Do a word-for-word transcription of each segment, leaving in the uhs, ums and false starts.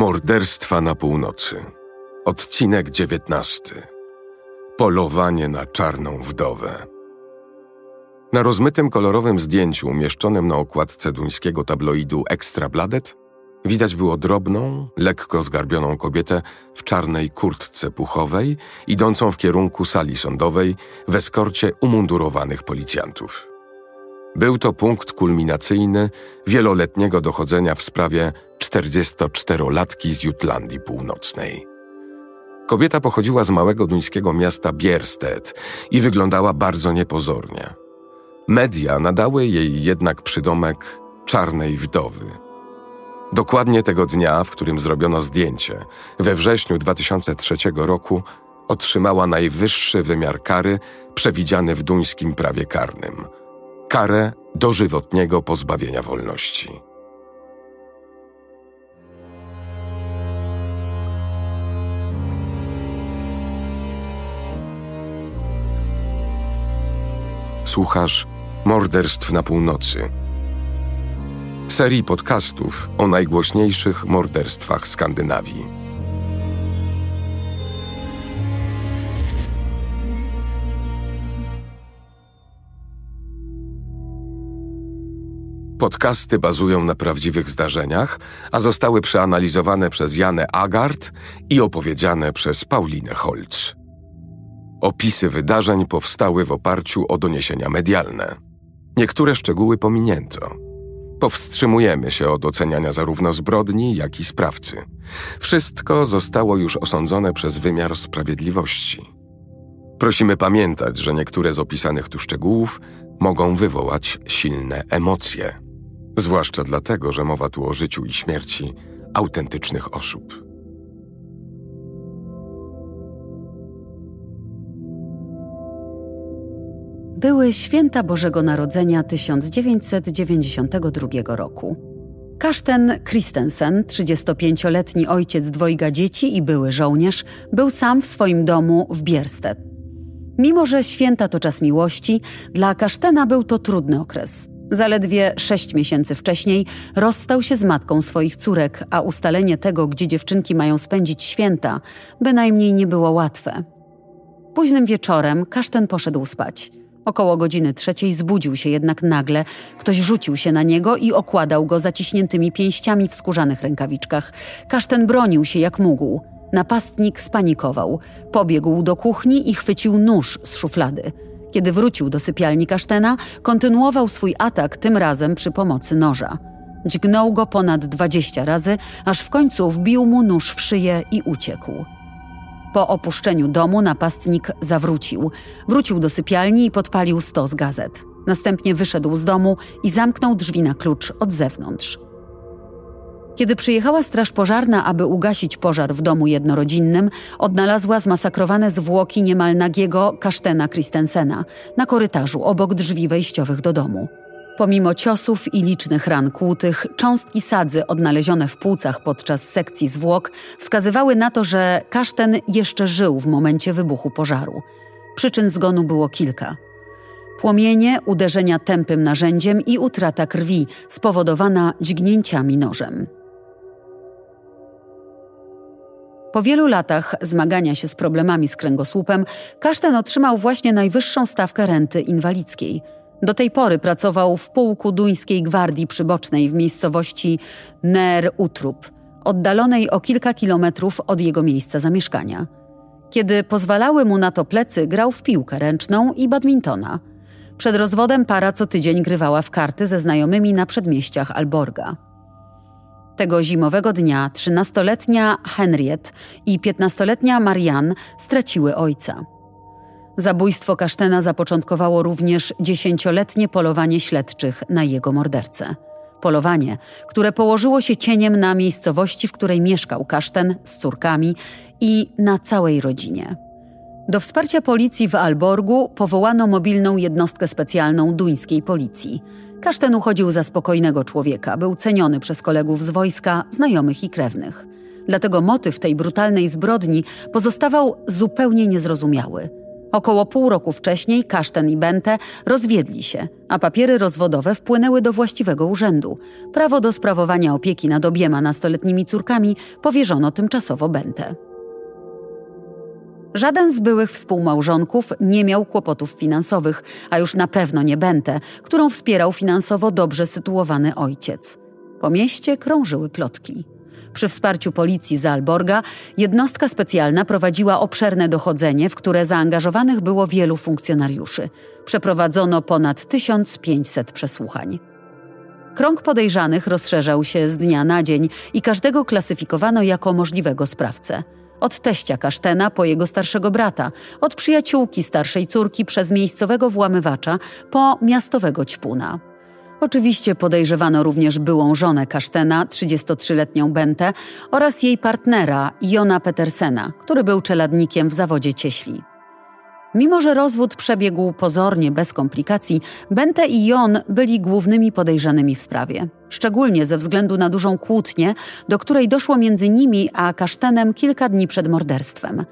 Morderstwa na północy. Odcinek dziewiętnasty. Polowanie na czarną wdowę. Na rozmytym kolorowym zdjęciu umieszczonym na okładce duńskiego tabloidu Ekstrabladet widać było drobną, lekko zgarbioną kobietę w czarnej kurtce puchowej, idącą w kierunku sali sądowej w eskorcie umundurowanych policjantów. Był to punkt kulminacyjny wieloletniego dochodzenia w sprawie czterdziestoczterolatki z Jutlandii Północnej. Kobieta pochodziła z małego duńskiego miasta Biersted i wyglądała bardzo niepozornie. Media nadały jej jednak przydomek czarnej wdowy. Dokładnie tego dnia, w którym zrobiono zdjęcie, we wrześniu dwa tysiące trzeciego roku, otrzymała najwyższy wymiar kary przewidziany w duńskim prawie karnym – karę dożywotniego pozbawienia wolności. Słuchasz Morderstw na północy, serii podcastów o najgłośniejszych morderstwach Skandynawii. Podcasty bazują na prawdziwych zdarzeniach, a zostały przeanalizowane przez Janę Agard i opowiedziane przez Paulinę Holz. Opisy wydarzeń powstały w oparciu o doniesienia medialne. Niektóre szczegóły pominięto. Powstrzymujemy się od oceniania zarówno zbrodni, jak i sprawcy. Wszystko zostało już osądzone przez wymiar sprawiedliwości. Prosimy pamiętać, że niektóre z opisanych tu szczegółów mogą wywołać silne emocje. Zwłaszcza dlatego, że mowa tu o życiu i śmierci autentycznych osób. Były święta Bożego Narodzenia tysiąc dziewięćset dziewięćdziesiątego drugiego roku. Karsten Christensen, trzydziestopięcioletni ojciec dwojga dzieci i były żołnierz, był sam w swoim domu w Biersted. Mimo że święta to czas miłości, dla Karstena był to trudny okres. Zaledwie sześć miesięcy wcześniej rozstał się z matką swoich córek, a ustalenie tego, gdzie dziewczynki mają spędzić święta, bynajmniej nie było łatwe. Późnym wieczorem Karsten poszedł spać. Około godziny trzeciej zbudził się jednak nagle. Ktoś rzucił się na niego i okładał go zaciśniętymi pięściami w skórzanych rękawiczkach. Karsten bronił się jak mógł. Napastnik spanikował. Pobiegł do kuchni i chwycił nóż z szuflady. Kiedy wrócił do sypialni Karstena, kontynuował swój atak, tym razem przy pomocy noża. Dźgnął go ponad dwadzieścia razy, aż w końcu wbił mu nóż w szyję i uciekł. Po opuszczeniu domu napastnik zawrócił. Wrócił do sypialni i podpalił stos gazet. Następnie wyszedł z domu i zamknął drzwi na klucz od zewnątrz. Kiedy przyjechała straż pożarna, aby ugasić pożar w domu jednorodzinnym, odnalazła zmasakrowane zwłoki niemal nagiego Karstena Christensena na korytarzu obok drzwi wejściowych do domu. Pomimo ciosów i licznych ran kłutych, cząstki sadzy odnalezione w płucach podczas sekcji zwłok wskazywały na to, że Karsten jeszcze żył w momencie wybuchu pożaru. Przyczyn zgonu było kilka. Płomienie, uderzenia tępym narzędziem i utrata krwi spowodowana dźgnięciami nożem. Po wielu latach zmagania się z problemami z kręgosłupem, Karsten otrzymał właśnie najwyższą stawkę renty inwalidzkiej. Do tej pory pracował w pułku duńskiej gwardii przybocznej w miejscowości Ner Utrup, oddalonej o kilka kilometrów od jego miejsca zamieszkania. Kiedy pozwalały mu na to plecy, grał w piłkę ręczną i badmintona. Przed rozwodem para co tydzień grywała w karty ze znajomymi na przedmieściach Alborga. Tego zimowego dnia trzynastoletnia Henriette i piętnastoletnia Marianne straciły ojca. Zabójstwo Karstena zapoczątkowało również dziesięcioletnie polowanie śledczych na jego mordercę. Polowanie, które położyło się cieniem na miejscowości, w której mieszkał Karsten z córkami i na całej rodzinie. Do wsparcia policji w Alborgu powołano mobilną jednostkę specjalną duńskiej policji. Karsten uchodził za spokojnego człowieka, był ceniony przez kolegów z wojska, znajomych i krewnych. Dlatego motyw tej brutalnej zbrodni pozostawał zupełnie niezrozumiały. Około pół roku wcześniej Kaszten i Bente rozwiedli się, a papiery rozwodowe wpłynęły do właściwego urzędu. Prawo do sprawowania opieki nad obiema nastoletnimi córkami powierzono tymczasowo Bente. Żaden z byłych współmałżonków nie miał kłopotów finansowych, a już na pewno nie Bente, którą wspierał finansowo dobrze sytuowany ojciec. Po mieście krążyły plotki. Przy wsparciu policji z Aalborga jednostka specjalna prowadziła obszerne dochodzenie, w które zaangażowanych było wielu funkcjonariuszy. Przeprowadzono ponad tysiąc pięćset przesłuchań. Krąg podejrzanych rozszerzał się z dnia na dzień i każdego klasyfikowano jako możliwego sprawcę. Od teścia Kaschtena po jego starszego brata, od przyjaciółki starszej córki przez miejscowego włamywacza po miastowego ćpuna. Oczywiście podejrzewano również byłą żonę Kaschtena, trzydziestotrzyletnią Bente, oraz jej partnera Jona Petersena, który był czeladnikiem w zawodzie cieśli. Mimo że rozwód przebiegł pozornie bez komplikacji, Bente i Jon byli głównymi podejrzanymi w sprawie. Szczególnie ze względu na dużą kłótnię, do której doszło między nimi a Kashtenem kilka dni przed morderstwem.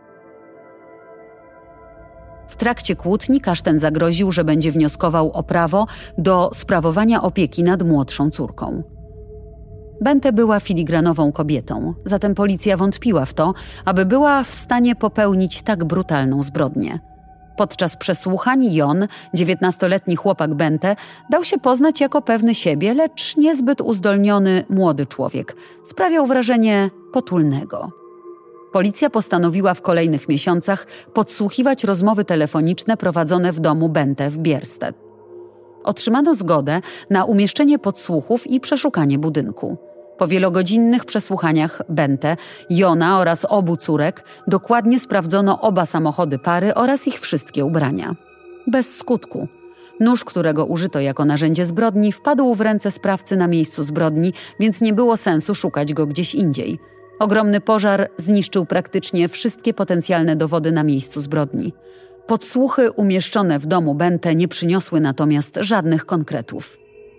W trakcie kłótni Kaszten zagroził, że będzie wnioskował o prawo do sprawowania opieki nad młodszą córką. Bente była filigranową kobietą, zatem policja wątpiła w to, aby była w stanie popełnić tak brutalną zbrodnię. Podczas przesłuchań Jon, dziewiętnastoletni chłopak Bente, dał się poznać jako pewny siebie, lecz niezbyt uzdolniony młody człowiek. Sprawiał wrażenie potulnego. Policja postanowiła w kolejnych miesiącach podsłuchiwać rozmowy telefoniczne prowadzone w domu Bente w Bierstedt. Otrzymano zgodę na umieszczenie podsłuchów i przeszukanie budynku. Po wielogodzinnych przesłuchaniach Bente, Jona oraz obu córek dokładnie sprawdzono oba samochody pary oraz ich wszystkie ubrania. Bez skutku. Nóż, którego użyto jako narzędzie zbrodni, wpadł w ręce sprawcy na miejscu zbrodni, więc nie było sensu szukać go gdzieś indziej. Ogromny pożar zniszczył praktycznie wszystkie potencjalne dowody na miejscu zbrodni. Podsłuchy umieszczone w domu Bente nie przyniosły natomiast żadnych konkretów.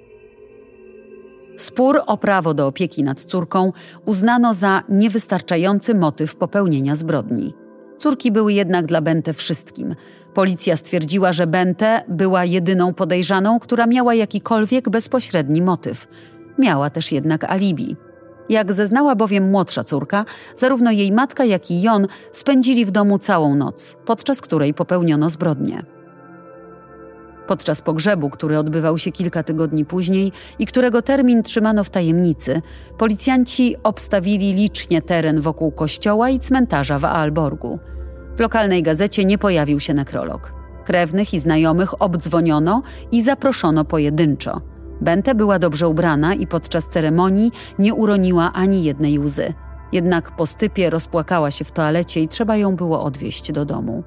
Spór o prawo do opieki nad córką uznano za niewystarczający motyw popełnienia zbrodni. Córki były jednak dla Bente wszystkim. Policja stwierdziła, że Bente była jedyną podejrzaną, która miała jakikolwiek bezpośredni motyw. Miała też jednak alibi. Jak zeznała bowiem młodsza córka, zarówno jej matka, jak i Jon spędzili w domu całą noc, podczas której popełniono zbrodnię. Podczas pogrzebu, który odbywał się kilka tygodni później i którego termin trzymano w tajemnicy, policjanci obstawili licznie teren wokół kościoła i cmentarza w Aalborgu. W lokalnej gazecie nie pojawił się nekrolog. Krewnych i znajomych obdzwoniono i zaproszono pojedynczo. Bente była dobrze ubrana i podczas ceremonii nie uroniła ani jednej łzy. Jednak po stypie rozpłakała się w toalecie i trzeba ją było odwieźć do domu.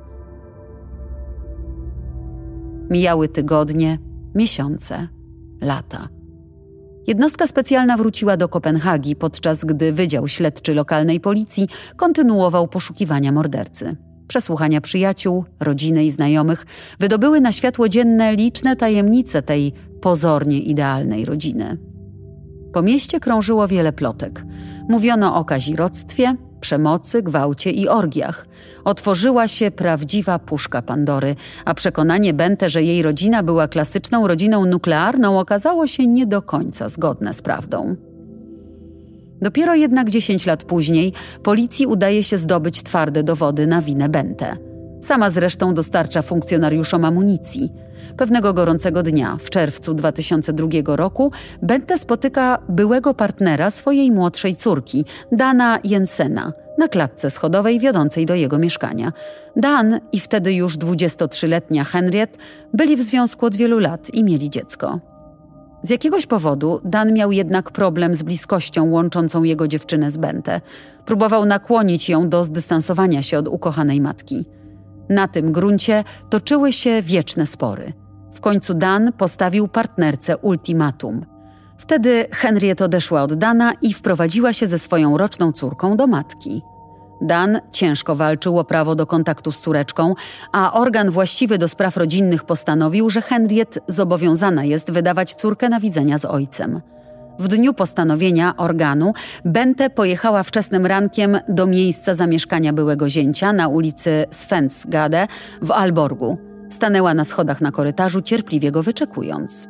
Mijały tygodnie, miesiące, lata. Jednostka specjalna wróciła do Kopenhagi, podczas gdy Wydział Śledczy lokalnej policji kontynuował poszukiwania mordercy. Przesłuchania przyjaciół, rodziny i znajomych wydobyły na światło dzienne liczne tajemnice tej pozornie idealnej rodziny. Po mieście krążyło wiele plotek. Mówiono o kazirodztwie, przemocy, gwałcie i orgiach. Otworzyła się prawdziwa puszka Pandory, a przekonanie Bente, że jej rodzina była klasyczną rodziną nuklearną, okazało się nie do końca zgodne z prawdą. Dopiero jednak dziesięć lat później policji udaje się zdobyć twarde dowody na winę Bente. Sama zresztą dostarcza funkcjonariuszom amunicji. Pewnego gorącego dnia, w czerwcu dwa tysiące drugiego roku, Bente spotyka byłego partnera swojej młodszej córki, Dana Jensena, na klatce schodowej wiodącej do jego mieszkania. Dan i wtedy już dwudziestotrzyletnia Henriette byli w związku od wielu lat i mieli dziecko. Z jakiegoś powodu Dan miał jednak problem z bliskością łączącą jego dziewczynę z Bente. Próbował nakłonić ją do zdystansowania się od ukochanej matki. Na tym gruncie toczyły się wieczne spory. W końcu Dan postawił partnerce ultimatum. Wtedy Henriette odeszła od Dana i wprowadziła się ze swoją roczną córką do matki. Dan ciężko walczył o prawo do kontaktu z córeczką, a organ właściwy do spraw rodzinnych postanowił, że Henriette zobowiązana jest wydawać córkę na widzenia z ojcem. W dniu postanowienia organu Bente pojechała wczesnym rankiem do miejsca zamieszkania byłego zięcia na ulicy Svensgade w Aalborgu. Stanęła na schodach na korytarzu, cierpliwie go wyczekując.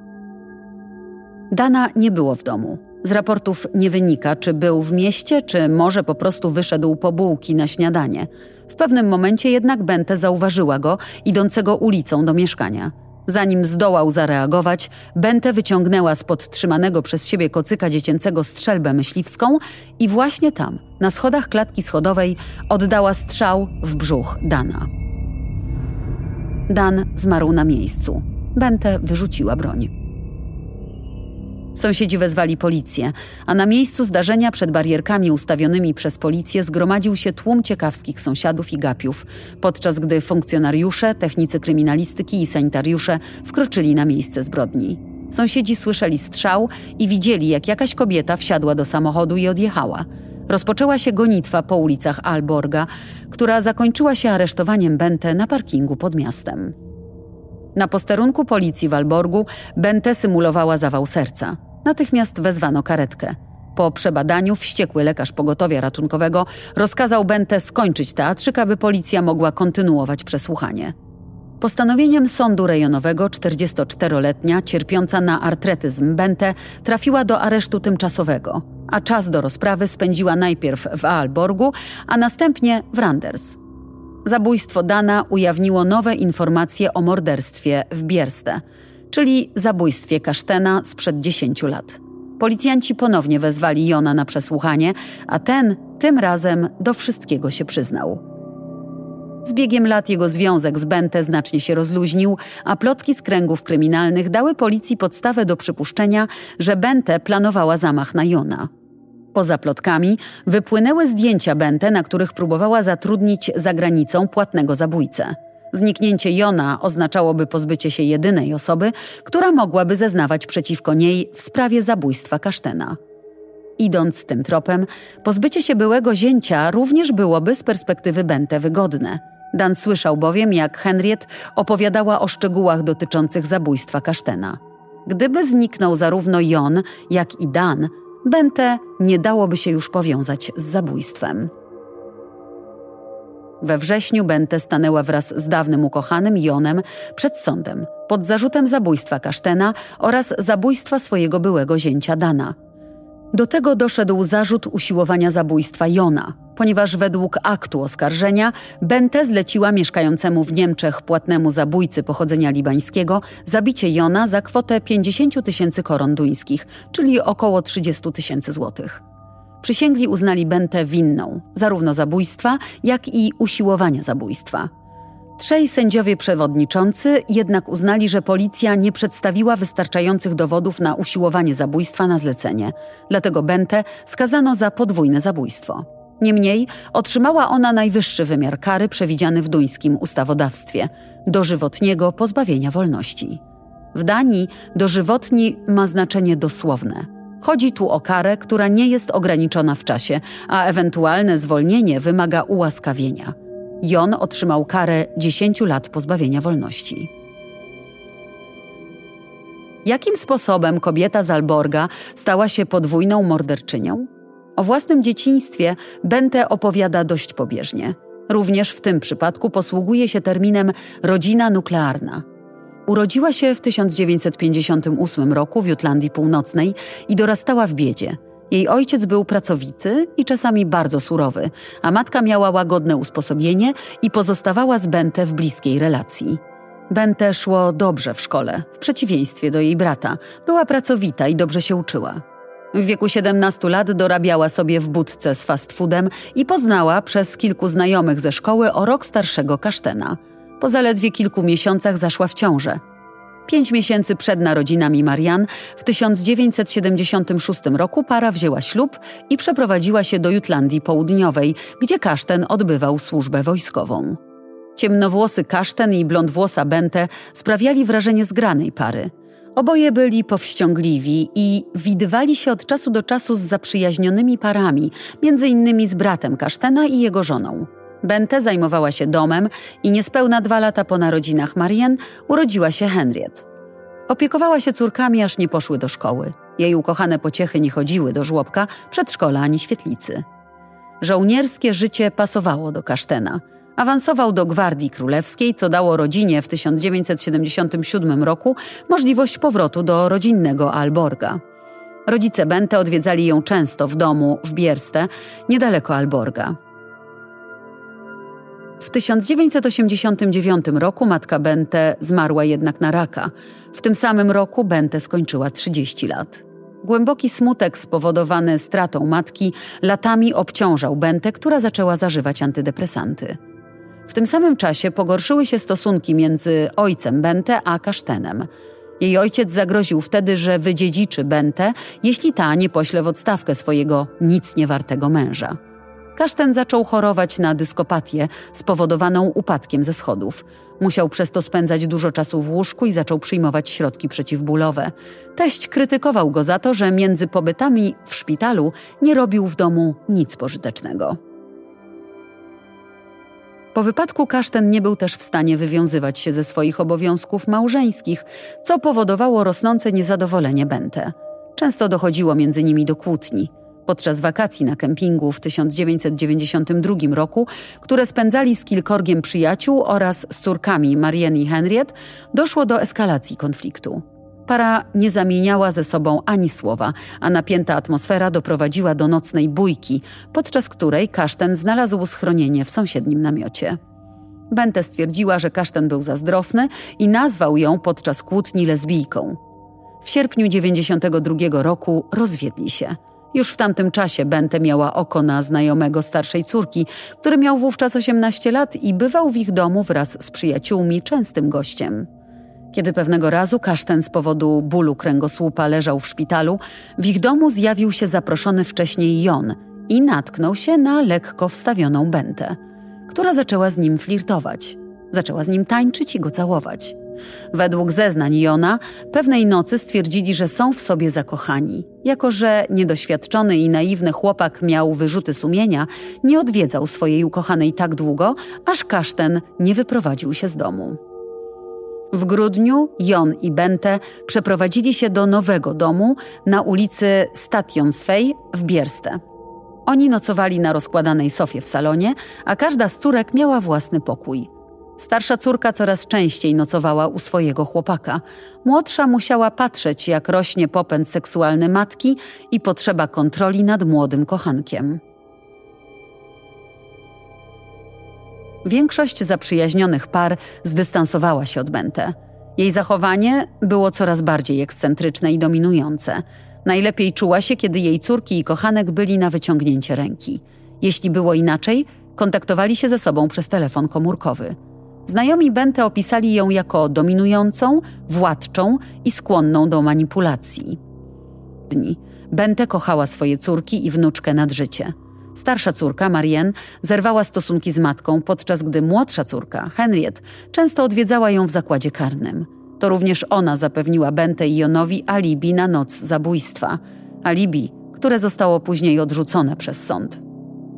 Dana nie było w domu. Z raportów nie wynika, czy był w mieście, czy może po prostu wyszedł po bułki na śniadanie. W pewnym momencie jednak Bente zauważyła go, idącego ulicą do mieszkania. Zanim zdołał zareagować, Bente wyciągnęła spod trzymanego przez siebie kocyka dziecięcego strzelbę myśliwską i właśnie tam, na schodach klatki schodowej, oddała strzał w brzuch Dana. Dan zmarł na miejscu. Bente wyrzuciła broń. Sąsiedzi wezwali policję, a na miejscu zdarzenia przed barierkami ustawionymi przez policję zgromadził się tłum ciekawskich sąsiadów i gapiów, podczas gdy funkcjonariusze, technicy kryminalistyki i sanitariusze wkroczyli na miejsce zbrodni. Sąsiedzi słyszeli strzał i widzieli, jak jakaś kobieta wsiadła do samochodu i odjechała. Rozpoczęła się gonitwa po ulicach Aalborga, która zakończyła się aresztowaniem Bente na parkingu pod miastem. Na posterunku policji w Aalborgu Bente symulowała zawał serca. Natychmiast wezwano karetkę. Po przebadaniu wściekły lekarz pogotowia ratunkowego rozkazał Bente skończyć teatrzyk, aby policja mogła kontynuować przesłuchanie. Postanowieniem sądu rejonowego czterdziestoczteroletnia, cierpiąca na artretyzm Bente, trafiła do aresztu tymczasowego, a czas do rozprawy spędziła najpierw w Aalborgu, a następnie w Randers. Zabójstwo Dana ujawniło nowe informacje o morderstwie w Bierste, czyli zabójstwie Kasztena sprzed dziesięciu lat. Policjanci ponownie wezwali Jona na przesłuchanie, a ten tym razem do wszystkiego się przyznał. Z biegiem lat jego związek z Bente znacznie się rozluźnił, a plotki z kręgów kryminalnych dały policji podstawę do przypuszczenia, że Bente planowała zamach na Jona. Poza plotkami wypłynęły zdjęcia Bente, na których próbowała zatrudnić za granicą płatnego zabójcę. Zniknięcie Jona oznaczałoby pozbycie się jedynej osoby, która mogłaby zeznawać przeciwko niej w sprawie zabójstwa Kasztena. Idąc tym tropem, pozbycie się byłego zięcia również byłoby z perspektywy Bente wygodne. Dan słyszał bowiem, jak Henriette opowiadała o szczegółach dotyczących zabójstwa Kasztena. Gdyby zniknął zarówno Jon, jak i Dan, Bente nie dałoby się już powiązać z zabójstwem. We wrześniu Bente stanęła wraz z dawnym ukochanym Jonem przed sądem pod zarzutem zabójstwa Kasztena oraz zabójstwa swojego byłego zięcia Dana. Do tego doszedł zarzut usiłowania zabójstwa Jona, ponieważ według aktu oskarżenia Bente zleciła mieszkającemu w Niemczech płatnemu zabójcy pochodzenia libańskiego zabicie Jona za kwotę pięćdziesiąt tysięcy koron duńskich, czyli około trzydzieści tysięcy złotych. Przysięgli uznali Bente winną zarówno zabójstwa, jak i usiłowania zabójstwa. Trzej sędziowie przewodniczący jednak uznali, że policja nie przedstawiła wystarczających dowodów na usiłowanie zabójstwa na zlecenie. Dlatego Bente skazano za podwójne zabójstwo. Niemniej otrzymała ona najwyższy wymiar kary przewidziany w duńskim ustawodawstwie – dożywotniego pozbawienia wolności. W Danii dożywotni ma znaczenie dosłowne. Chodzi tu o karę, która nie jest ograniczona w czasie, a ewentualne zwolnienie wymaga ułaskawienia. Jon otrzymał karę dziesięciu lat pozbawienia wolności. Jakim sposobem kobieta z Aalborga stała się podwójną morderczynią? O własnym dzieciństwie Bente opowiada dość pobieżnie. Również w tym przypadku posługuje się terminem rodzina nuklearna. Urodziła się w tysiąc dziewięćset pięćdziesiątym ósmym roku w Jutlandii Północnej i dorastała w biedzie. Jej ojciec był pracowity i czasami bardzo surowy, a matka miała łagodne usposobienie i pozostawała z Bente w bliskiej relacji. Bente szło dobrze w szkole, w przeciwieństwie do jej brata. Była pracowita i dobrze się uczyła. W wieku siedemnastu lat dorabiała sobie w budce z fast foodem i poznała przez kilku znajomych ze szkoły o rok starszego Kasztena. Po zaledwie kilku miesiącach zaszła w ciążę. Pięć miesięcy przed narodzinami Marianne w tysiąc dziewięćset siedemdziesiątym szóstym roku para wzięła ślub i przeprowadziła się do Jutlandii Południowej, gdzie Kaszten odbywał służbę wojskową. Ciemnowłosy Kaszten i blondwłosa Bente sprawiali wrażenie zgranej pary. Oboje byli powściągliwi i widywali się od czasu do czasu z zaprzyjaźnionymi parami, między innymi z bratem Kasztena i jego żoną. Bente zajmowała się domem i niespełna dwa lata po narodzinach Marianne urodziła się Henriette. Opiekowała się córkami, aż nie poszły do szkoły. Jej ukochane pociechy nie chodziły do żłobka, przedszkola ani świetlicy. Żołnierskie życie pasowało do Kasztena. Awansował do Gwardii Królewskiej, co dało rodzinie w tysiąc dziewięćset siedemdziesiątym siódmym roku możliwość powrotu do rodzinnego Aalborga. Rodzice Bente odwiedzali ją często w domu w Bierste, niedaleko Aalborga. W tysiąc dziewięćset osiemdziesiątym dziewiątym roku matka Bente zmarła jednak na raka. W tym samym roku Bente skończyła trzydzieści lat. Głęboki smutek spowodowany stratą matki latami obciążał Bente, która zaczęła zażywać antydepresanty. W tym samym czasie pogorszyły się stosunki między ojcem Bente a Kasztenem. Jej ojciec zagroził wtedy, że wydziedziczy Bente, jeśli ta nie pośle w odstawkę swojego nic niewartego męża. Kaszten zaczął chorować na dyskopatię spowodowaną upadkiem ze schodów. Musiał przez to spędzać dużo czasu w łóżku i zaczął przyjmować środki przeciwbólowe. Teść krytykował go za to, że między pobytami w szpitalu nie robił w domu nic pożytecznego. Po wypadku Kaszten nie był też w stanie wywiązywać się ze swoich obowiązków małżeńskich, co powodowało rosnące niezadowolenie Bente. Często dochodziło między nimi do kłótni. Podczas wakacji na kempingu w tysiąc dziewięćset dziewięćdziesiątym drugim roku, które spędzali z kilkorgiem przyjaciół oraz z córkami Marianne i Henriette, doszło do eskalacji konfliktu. Para nie zamieniała ze sobą ani słowa, a napięta atmosfera doprowadziła do nocnej bójki, podczas której Kaszten znalazł schronienie w sąsiednim namiocie. Bente stwierdziła, że Kaszten był zazdrosny i nazwał ją podczas kłótni lesbijką. W sierpniu dziewięćdziesiątego drugiego roku rozwiedli się. Już w tamtym czasie Bente miała oko na znajomego starszej córki, który miał wówczas osiemnaście lat i bywał w ich domu wraz z przyjaciółmi częstym gościem. Kiedy pewnego razu Kaszten z powodu bólu kręgosłupa leżał w szpitalu, w ich domu zjawił się zaproszony wcześniej Jon i natknął się na lekko wstawioną Bente, która zaczęła z nim flirtować. Zaczęła z nim tańczyć i go całować. Według zeznań Jona, pewnej nocy stwierdzili, że są w sobie zakochani. Jako że niedoświadczony i naiwny chłopak miał wyrzuty sumienia, nie odwiedzał swojej ukochanej tak długo, aż Kaszten nie wyprowadził się z domu. W grudniu Jon i Bente przeprowadzili się do nowego domu na ulicy Stationsvej w Bierste. Oni nocowali na rozkładanej sofie w salonie, a każda z córek miała własny pokój. Starsza córka coraz częściej nocowała u swojego chłopaka. Młodsza musiała patrzeć, jak rośnie popęd seksualny matki i potrzeba kontroli nad młodym kochankiem. Większość zaprzyjaźnionych par zdystansowała się od Bente. Jej zachowanie było coraz bardziej ekscentryczne i dominujące. Najlepiej czuła się, kiedy jej córki i kochanek byli na wyciągnięcie ręki. Jeśli było inaczej, kontaktowali się ze sobą przez telefon komórkowy. Znajomi Bente opisali ją jako dominującą, władczą i skłonną do manipulacji. Dni. Bente kochała swoje córki i wnuczkę nad życie. Starsza córka, Marianne, zerwała stosunki z matką, podczas gdy młodsza córka, Henriette, często odwiedzała ją w zakładzie karnym. To również ona zapewniła Bente i Jonowi alibi na noc zabójstwa. Alibi, które zostało później odrzucone przez sąd.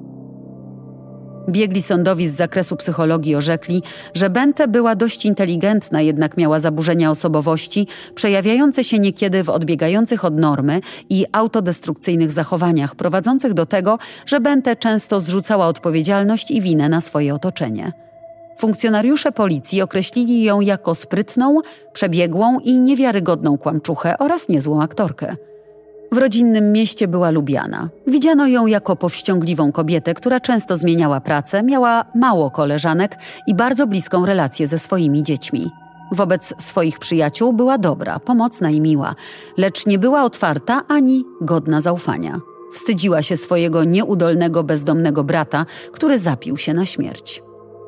Biegli sądowi z zakresu psychologii orzekli, że Bente była dość inteligentna, jednak miała zaburzenia osobowości, przejawiające się niekiedy w odbiegających od normy i autodestrukcyjnych zachowaniach, prowadzących do tego, że Bente często zrzucała odpowiedzialność i winę na swoje otoczenie. Funkcjonariusze policji określili ją jako sprytną, przebiegłą i niewiarygodną kłamczuchę oraz niezłą aktorkę. W rodzinnym mieście była lubiana. Widziano ją jako powściągliwą kobietę, która często zmieniała pracę, miała mało koleżanek i bardzo bliską relację ze swoimi dziećmi. Wobec swoich przyjaciół była dobra, pomocna i miła, lecz nie była otwarta ani godna zaufania. Wstydziła się swojego nieudolnego, bezdomnego brata, który zapił się na śmierć.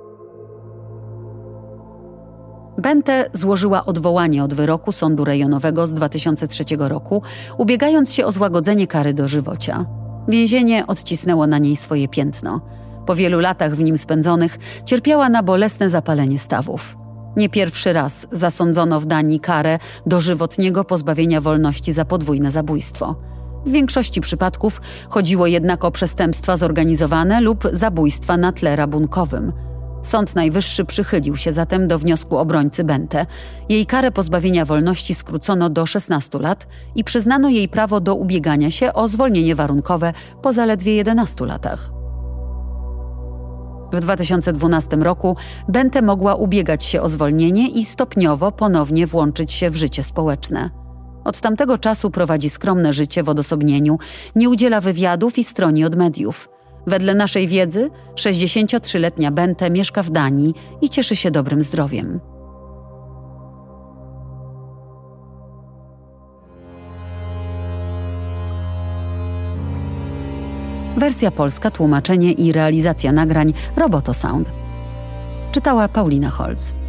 Bente złożyła odwołanie od wyroku sądu rejonowego z dwa tysiące trzeciego roku, ubiegając się o złagodzenie kary dożywocia. Więzienie odcisnęło na niej swoje piętno. Po wielu latach w nim spędzonych cierpiała na bolesne zapalenie stawów. Nie pierwszy raz zasądzono w Danii karę dożywotniego pozbawienia wolności za podwójne zabójstwo. W większości przypadków chodziło jednak o przestępstwa zorganizowane lub zabójstwa na tle rabunkowym. Sąd Najwyższy przychylił się zatem do wniosku obrońcy Bente. Jej karę pozbawienia wolności skrócono do szesnastu lat i przyznano jej prawo do ubiegania się o zwolnienie warunkowe po zaledwie jedenastu latach. W dwa tysiące dwunastym roku Bente mogła ubiegać się o zwolnienie i stopniowo ponownie włączyć się w życie społeczne. Od tamtego czasu prowadzi skromne życie w odosobnieniu, nie udziela wywiadów i stroni od mediów. Wedle naszej wiedzy sześćdziesięciotrzyletnia Bente mieszka w Danii i cieszy się dobrym zdrowiem. Wersja polska, tłumaczenie i realizacja nagrań Roboto Sound. Czytała Paulina Holz.